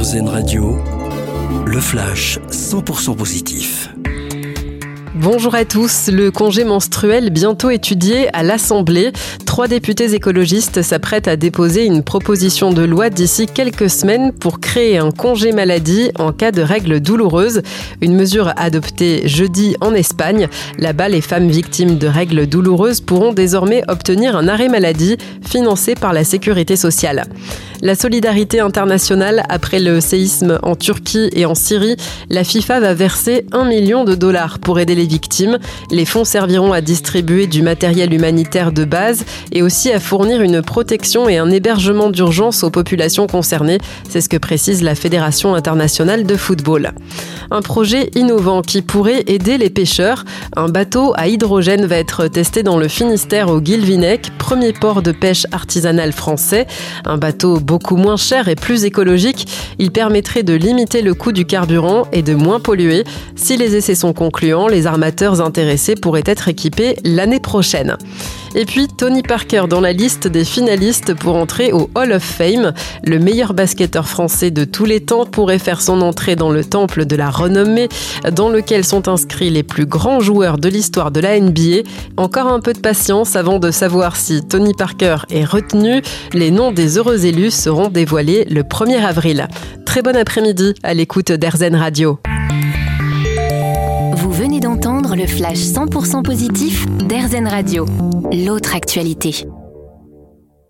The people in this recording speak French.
RZN Radio, le flash 100% positif. Bonjour à tous. Le congé menstruel bientôt étudié à l'Assemblée. 3 députés écologistes s'apprêtent à déposer une proposition de loi d'ici quelques semaines pour créer un congé maladie en cas de règles douloureuses. Une mesure adoptée jeudi en Espagne. Là-bas, les femmes victimes de règles douloureuses pourront désormais obtenir un arrêt maladie financé par la Sécurité sociale. La solidarité internationale après le séisme en Turquie et en Syrie, la FIFA va verser $1 million pour aider les victimes. Les fonds serviront à distribuer du matériel humanitaire de base et aussi à fournir une protection et un hébergement d'urgence aux populations concernées. C'est ce que précise la Fédération internationale de football. Un projet innovant qui pourrait aider les pêcheurs. Un bateau à hydrogène va être testé dans le Finistère au Guilvinec, premier port de pêche artisanal français. Un bateau beaucoup moins cher et plus écologique. Il permettrait de limiter le coût du carburant et de moins polluer. Si les essais sont concluants, les armateurs intéressés pourraient être équipés l'année prochaine. Et puis Tony Parker dans la liste des finalistes pour entrer au Hall of Fame. Le meilleur basketteur français de tous les temps pourrait faire son entrée dans le temple de la renommée, dans lequel sont inscrits les plus grands joueurs de l'histoire de la NBA. Encore un peu de patience avant de savoir si Tony Parker est retenu. Les noms des heureux élus seront dévoilés le 1er avril. Très bon après-midi à l'écoute d'RZN Radio. Vous venez d'entendre le flash 100% positif d'RZN Radio. L'autre actualité.